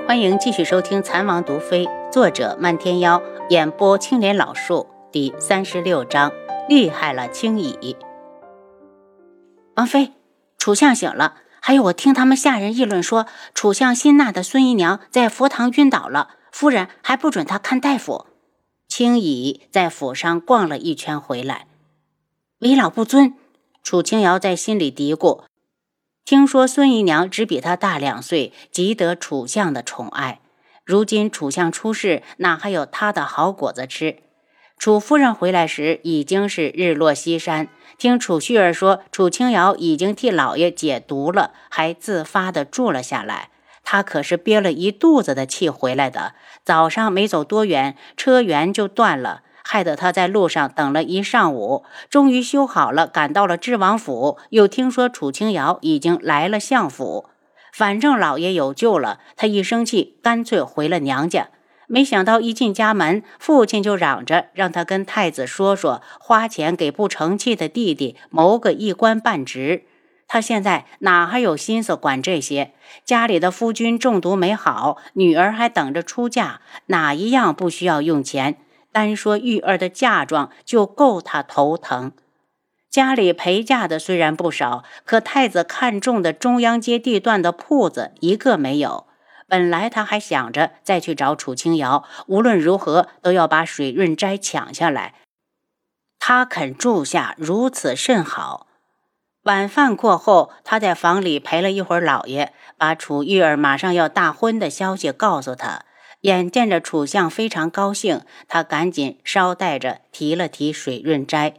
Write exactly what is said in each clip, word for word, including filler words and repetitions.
欢迎继续收听《残王毒妃》，作者漫天妖，演播青莲老树，第三十六章，厉害了青乙。王妃，楚相醒了，还有我听他们下人议论说，楚相新纳的孙姨娘在佛堂晕倒了，夫人还不准她看大夫。青乙在府上逛了一圈回来，为老不尊。楚清瑶在心里嘀咕，听说孙姨娘只比她大两岁，极得楚相的宠爱。如今楚相出事，哪还有她的好果子吃？楚夫人回来时已经是日落西山，听楚旭儿说楚清瑶已经替老爷解毒了，还自发的住了下来。她可是憋了一肚子的气回来的，早上没走多远，车源就断了，害得他在路上等了一上午，终于修好了，赶到了知王府，又听说楚清瑶已经来了相府。反正老爷有救了，他一生气，干脆回了娘家。没想到一进家门，父亲就嚷着让他跟太子说说，花钱给不成器的弟弟谋个一官半职。他现在哪还有心思管这些？家里的夫君中毒没好，女儿还等着出嫁，哪一样不需要用钱？单说玉儿的嫁妆就够他头疼。家里陪嫁的虽然不少，可太子看中的中央街地段的铺子一个没有。本来他还想着再去找楚清瑶，无论如何都要把水润斋抢下来。他肯住下，如此甚好。晚饭过后，他在房里陪了一会儿老爷，把楚玉儿马上要大婚的消息告诉他。眼见着楚相非常高兴，他赶紧捎带着提了提水润斋。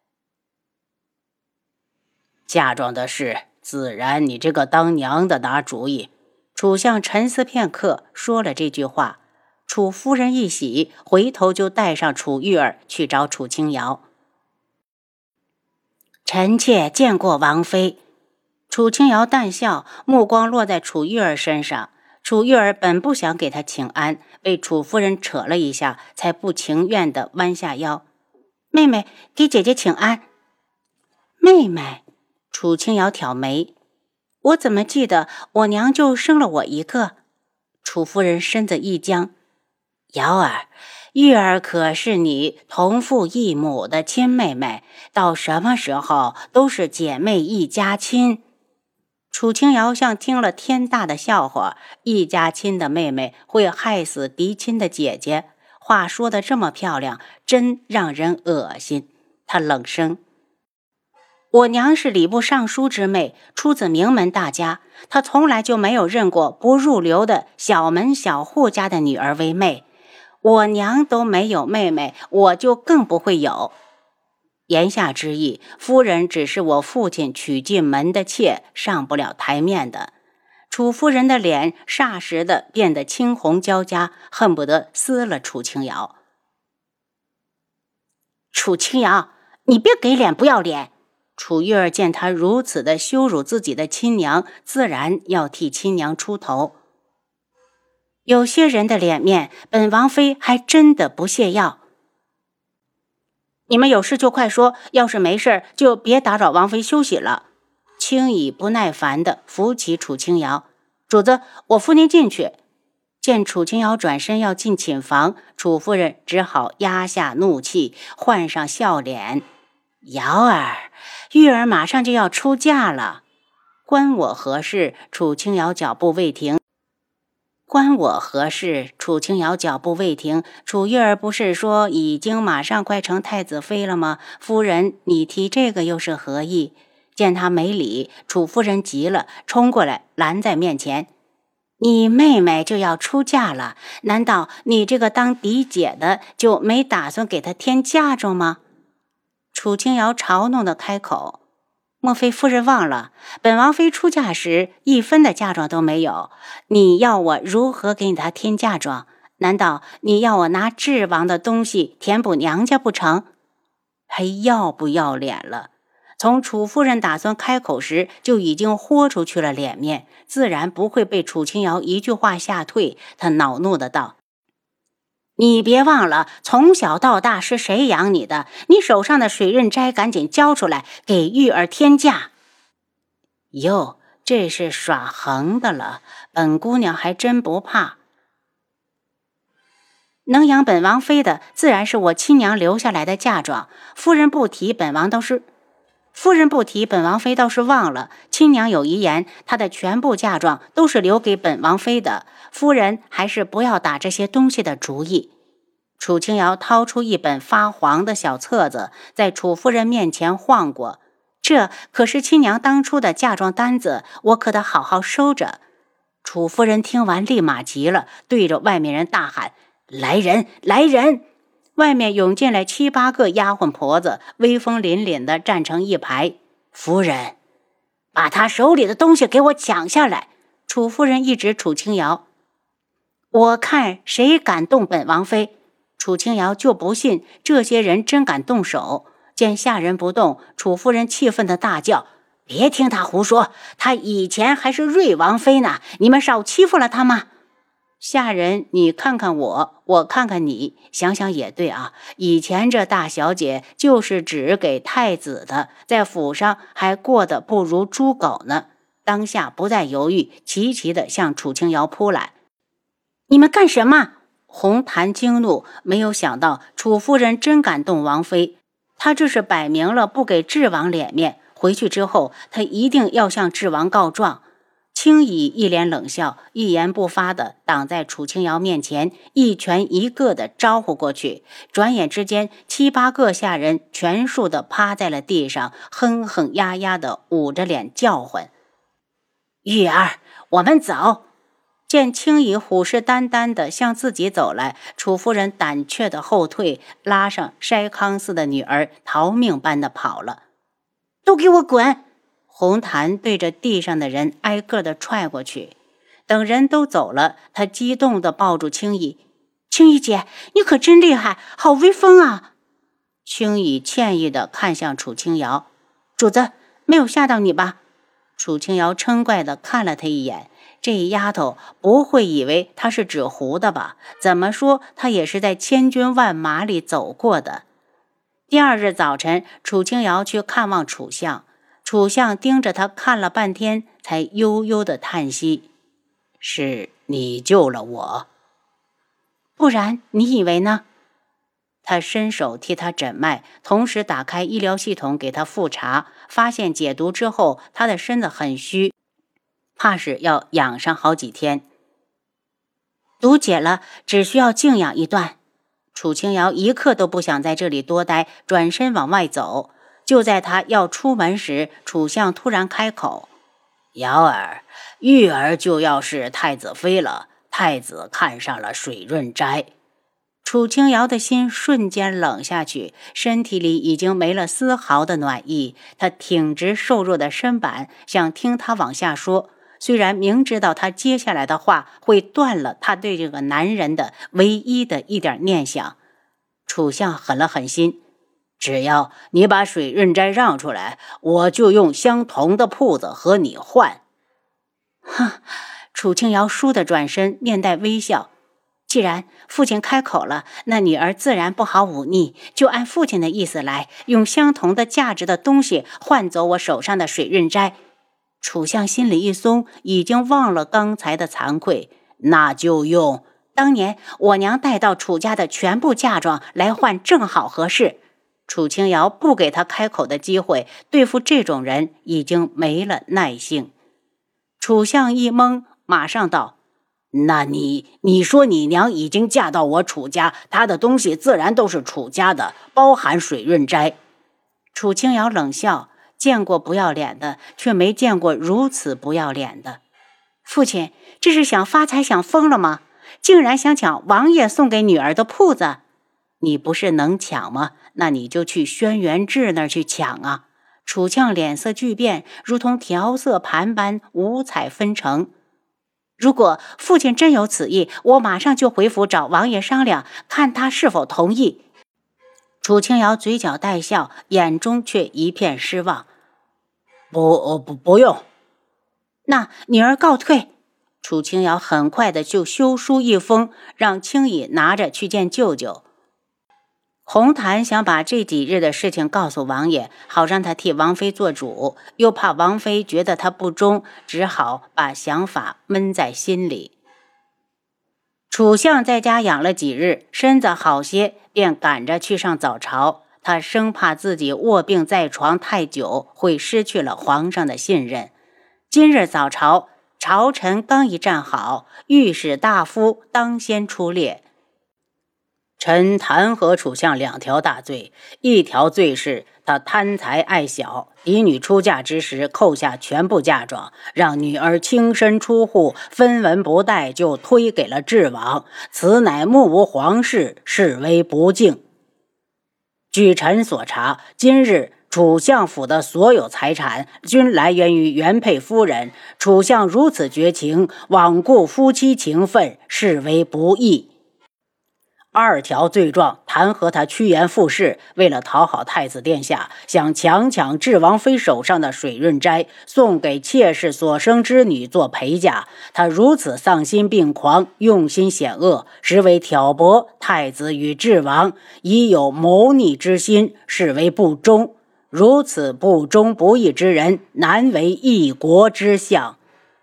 嫁妆的事，自然你这个当娘的拿主意。楚相沉思片刻，说了这句话。楚夫人一喜，回头就带上楚玉儿去找楚清瑶。臣妾见过王妃。楚清瑶淡笑，目光落在楚玉儿身上。楚玉儿本不想给他请安，被楚夫人扯了一下，才不情愿地弯下腰。妹妹，给姐姐请安。妹妹？楚清瑶挑眉，我怎么记得我娘就生了我一个？楚夫人身子一僵，瑶儿，玉儿可是你同父异母的亲妹妹，到什么时候都是姐妹一家亲。楚清瑶像听了天大的笑话，一家亲的妹妹会害死嫡亲的姐姐，话说得这么漂亮，真让人恶心。她冷声，我娘是礼部尚书之妹，出自名门大家，她从来就没有认过不入流的小门小户家的女儿为妹。我娘都没有妹妹，我就更不会有。言下之意，夫人只是我父亲娶进门的妾，上不了台面的。楚夫人的脸霎时的变得青红交加，恨不得撕了楚清瑶。楚清瑶，你别给脸不要脸！楚玉儿见他如此的羞辱自己的亲娘，自然要替亲娘出头。有些人的脸面，本王妃还真的不屑要。你们有事就快说，要是没事就别打扰王妃休息了。青乙不耐烦地扶起楚清瑶，主子，我扶您进去。见楚清瑶转身要进寝房，楚夫人只好压下怒气，换上笑脸。瑶儿，玉儿马上就要出嫁了，关我何事？楚清瑶脚步未停。关我何事？楚清瑶脚步未停。楚玉儿不是说已经马上快成太子妃了吗？夫人，你提这个又是何意？见他没理，楚夫人急了，冲过来拦在面前。你妹妹就要出嫁了，难道你这个当嫡姐的就没打算给她添嫁妆吗？楚清瑶嘲弄的开口，莫非夫人忘了，本王妃出嫁时一分的嫁妆都没有，你要我如何给她添嫁妆？难道你要我拿智王的东西填补娘家不成？还要不要脸了？从楚夫人打算开口时就已经豁出去了脸面，自然不会被楚清瑶一句话吓退。她恼怒的道，你别忘了，从小到大是谁养你的？你手上的水润斋赶紧交出来，给玉儿添嫁。哟，这是耍横的了，本姑娘还真不怕。 能养本王妃的，自然是我亲娘留下来的嫁妆。夫人不提，本王倒是……夫人不提，本王妃倒是忘了，亲娘有遗言，她的全部嫁妆都是留给本王妃的。夫人还是不要打这些东西的主意。楚清瑶掏出一本发黄的小册子，在楚夫人面前晃过。这可是亲娘当初的嫁妆单子，我可得好好收着。楚夫人听完立马急了，对着外面人大喊：来人，来人！外面涌进来七八个丫鬟婆子，威风凛凛地站成一排。夫人，把她手里的东西给我抢下来！楚夫人一指楚清瑶，我看谁敢动本王妃。楚清瑶就不信这些人真敢动手。见下人不动，楚夫人气愤地大叫：别听他胡说，他以前还是瑞王妃呢，你们少欺负了他吗？下人，你看看我，我看看你，想想也对啊。以前这大小姐就是只给太子的，在府上还过得不如猪狗呢。当下不再犹豫，齐齐地向楚清瑶扑来。你们干什么？红檀惊怒，没有想到楚夫人真敢动王妃，她这是摆明了不给智王脸面。回去之后，她一定要向智王告状。青乙一脸冷笑，一言不发地挡在楚清瑶面前，一拳一个地招呼过去。转眼之间，七八个下人全数地趴在了地上，哼哼呀呀地捂着脸叫唤：玉儿，我们走！见青乙虎视眈眈地向自己走来，楚夫人胆怯地后退，拉上筛康寺的女儿，逃命般地跑了。都给我滚！红檀对着地上的人挨个的踹过去。等人都走了，他激动地抱住青乙：青乙姐，你可真厉害，好威风啊！青乙歉意地看向楚清瑶：主子，没有吓到你吧？楚清瑶嗔怪地看了他一眼，这丫头不会以为她是纸糊的吧？怎么说她也是在千军万马里走过的。第二日早晨，楚清瑶去看望楚相，楚相盯着他看了半天，才悠悠地叹息：是你救了我，不然你以为呢？他伸手替他诊脉，同时打开医疗系统给他复查，发现解毒之后，他的身子很虚，怕是要养上好几天。毒解了，只需要静养一段。楚清瑶一刻都不想在这里多待，转身往外走。就在他要出门时，楚相突然开口：瑶儿，玉儿就要是太子妃了，太子看上了水润斋。楚清瑶的心瞬间冷下去，身体里已经没了丝毫的暖意。他挺直瘦弱的身板，想听他往下说，虽然明知道他接下来的话会断了他对这个男人的唯一的一点念想。楚相狠了狠心：只要你把水润斋让出来，我就用相同的铺子和你换。哼！楚清瑶倏地转身，面带微笑：既然父亲开口了，那女儿自然不好忤逆，就按父亲的意思来，用相同的价值的东西换走我手上的水润斋。楚相心里一松，已经忘了刚才的惭愧，那就用当年我娘带到楚家的全部嫁妆来换，正好合适。楚清瑶不给他开口的机会，对付这种人已经没了耐性。楚相一懵，马上道：那你你说你娘已经嫁到我楚家，她的东西自然都是楚家的，包含水润斋。楚清瑶冷笑：见过不要脸的，却没见过如此不要脸的。父亲，这是想发财想疯了吗？竟然想抢王爷送给女儿的铺子！你不是能抢吗？那你就去轩辕志那儿去抢啊！楚相脸色巨变，如同调色盘般五彩纷呈。如果父亲真有此意，我马上就回府找王爷商量，看他是否同意。楚清瑶嘴角带笑，眼中却一片失望。不不不用。那女儿告退。楚清瑶很快的就修书一封，让青乙拿着去见舅舅。红檀想把这几日的事情告诉王爷，好让他替王妃做主，又怕王妃觉得他不忠，只好把想法闷在心里。 楚相在家养了几日，身子好些，便赶着去上早朝。他生怕自己卧病在床太久，会失去了皇上的信任。今日早朝，朝臣刚一站好，御史大夫当先出列。臣弹劾楚相两条大罪，一条罪是他贪财爱小，嫡女出嫁之时扣下全部嫁妆，让女儿轻身出户，分文不带就推给了智王，此乃目无皇室，视为不敬。据臣所查，今日楚相府的所有财产均来源于原配夫人，楚相如此绝情，罔顾夫妻情分，视为不义。二条罪状弹劾他趋炎附势，为了讨好太子殿下，想强抢智王妃手上的水润斋，送给妾室所生之女做陪嫁。他如此丧心病狂，用心险恶，实为挑拨太子与智王，已有谋逆之心，视为不忠。如此不忠不义之人，难为一国之相。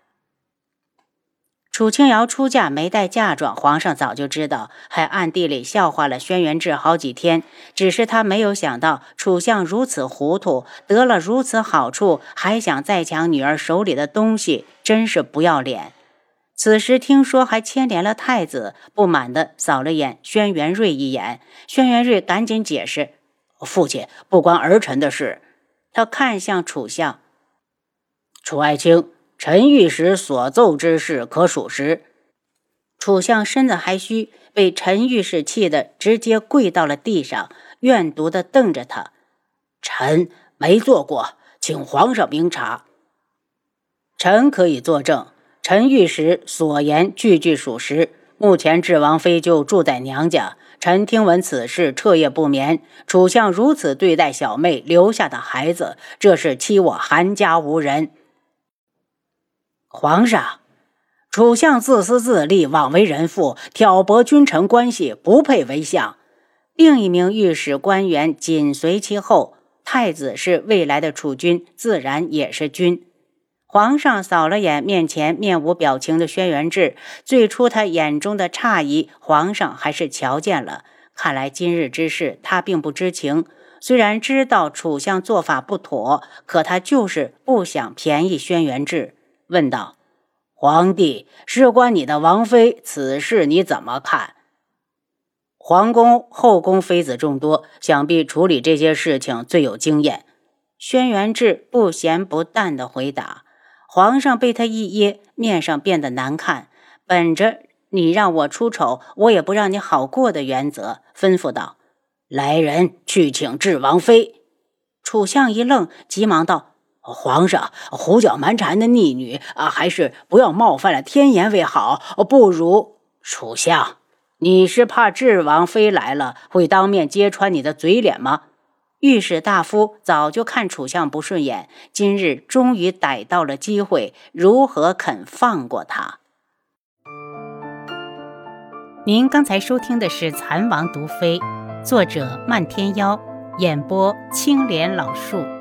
楚清瑶出嫁没带嫁妆，皇上早就知道，还暗地里笑话了轩辕志好几天。只是他没有想到楚相如此糊涂，得了如此好处，还想再抢女儿手里的东西，真是不要脸。此时听说还牵连了太子，不满地扫了眼轩辕睿一眼。轩辕睿赶紧解释：“父亲，不关儿臣的事。”他看向楚相：“楚爱卿，臣御史所奏之事可属实。”楚相身子还虚，被陈御史气得直接跪到了地上，怨毒地瞪着他：“臣没做过，请皇上明察。”臣可以作证，陈御史所言句句属实。目前智王妃就住在娘家，臣听闻此事，彻夜不眠。楚相如此对待小妹留下的孩子，这是欺我韩家无人。皇上，楚相自私自利，枉为人父，挑拨君臣关系，不配为相。另一名御史官员紧随其后。太子是未来的储君，自然也是君。皇上扫了眼面前面无表情的轩辕志，最初他眼中的诧异，皇上还是瞧见了。看来今日之事他并不知情，虽然知道楚相做法不妥，可他就是不想便宜轩辕志。问道：“皇帝，事关你的王妃，此事你怎么看？”皇宫后宫妃子众多，想必处理这些事情最有经验。轩辕志不咸不淡地回答。皇上被他一噎，面上变得难看，本着你让我出丑，我也不让你好过的原则，吩咐道：“来人，去请智王妃。”楚相一愣，急忙道：“皇上，胡搅蛮缠的逆女啊，还是不要冒犯了天颜为好，不如……楚相，你是怕智王妃来了会当面揭穿你的嘴脸吗？”御史大夫早就看楚相不顺眼，今日终于逮到了机会，如何肯放过他？您刚才收听的是《蚕王毒妃》，作者漫天妖，演播青莲老树。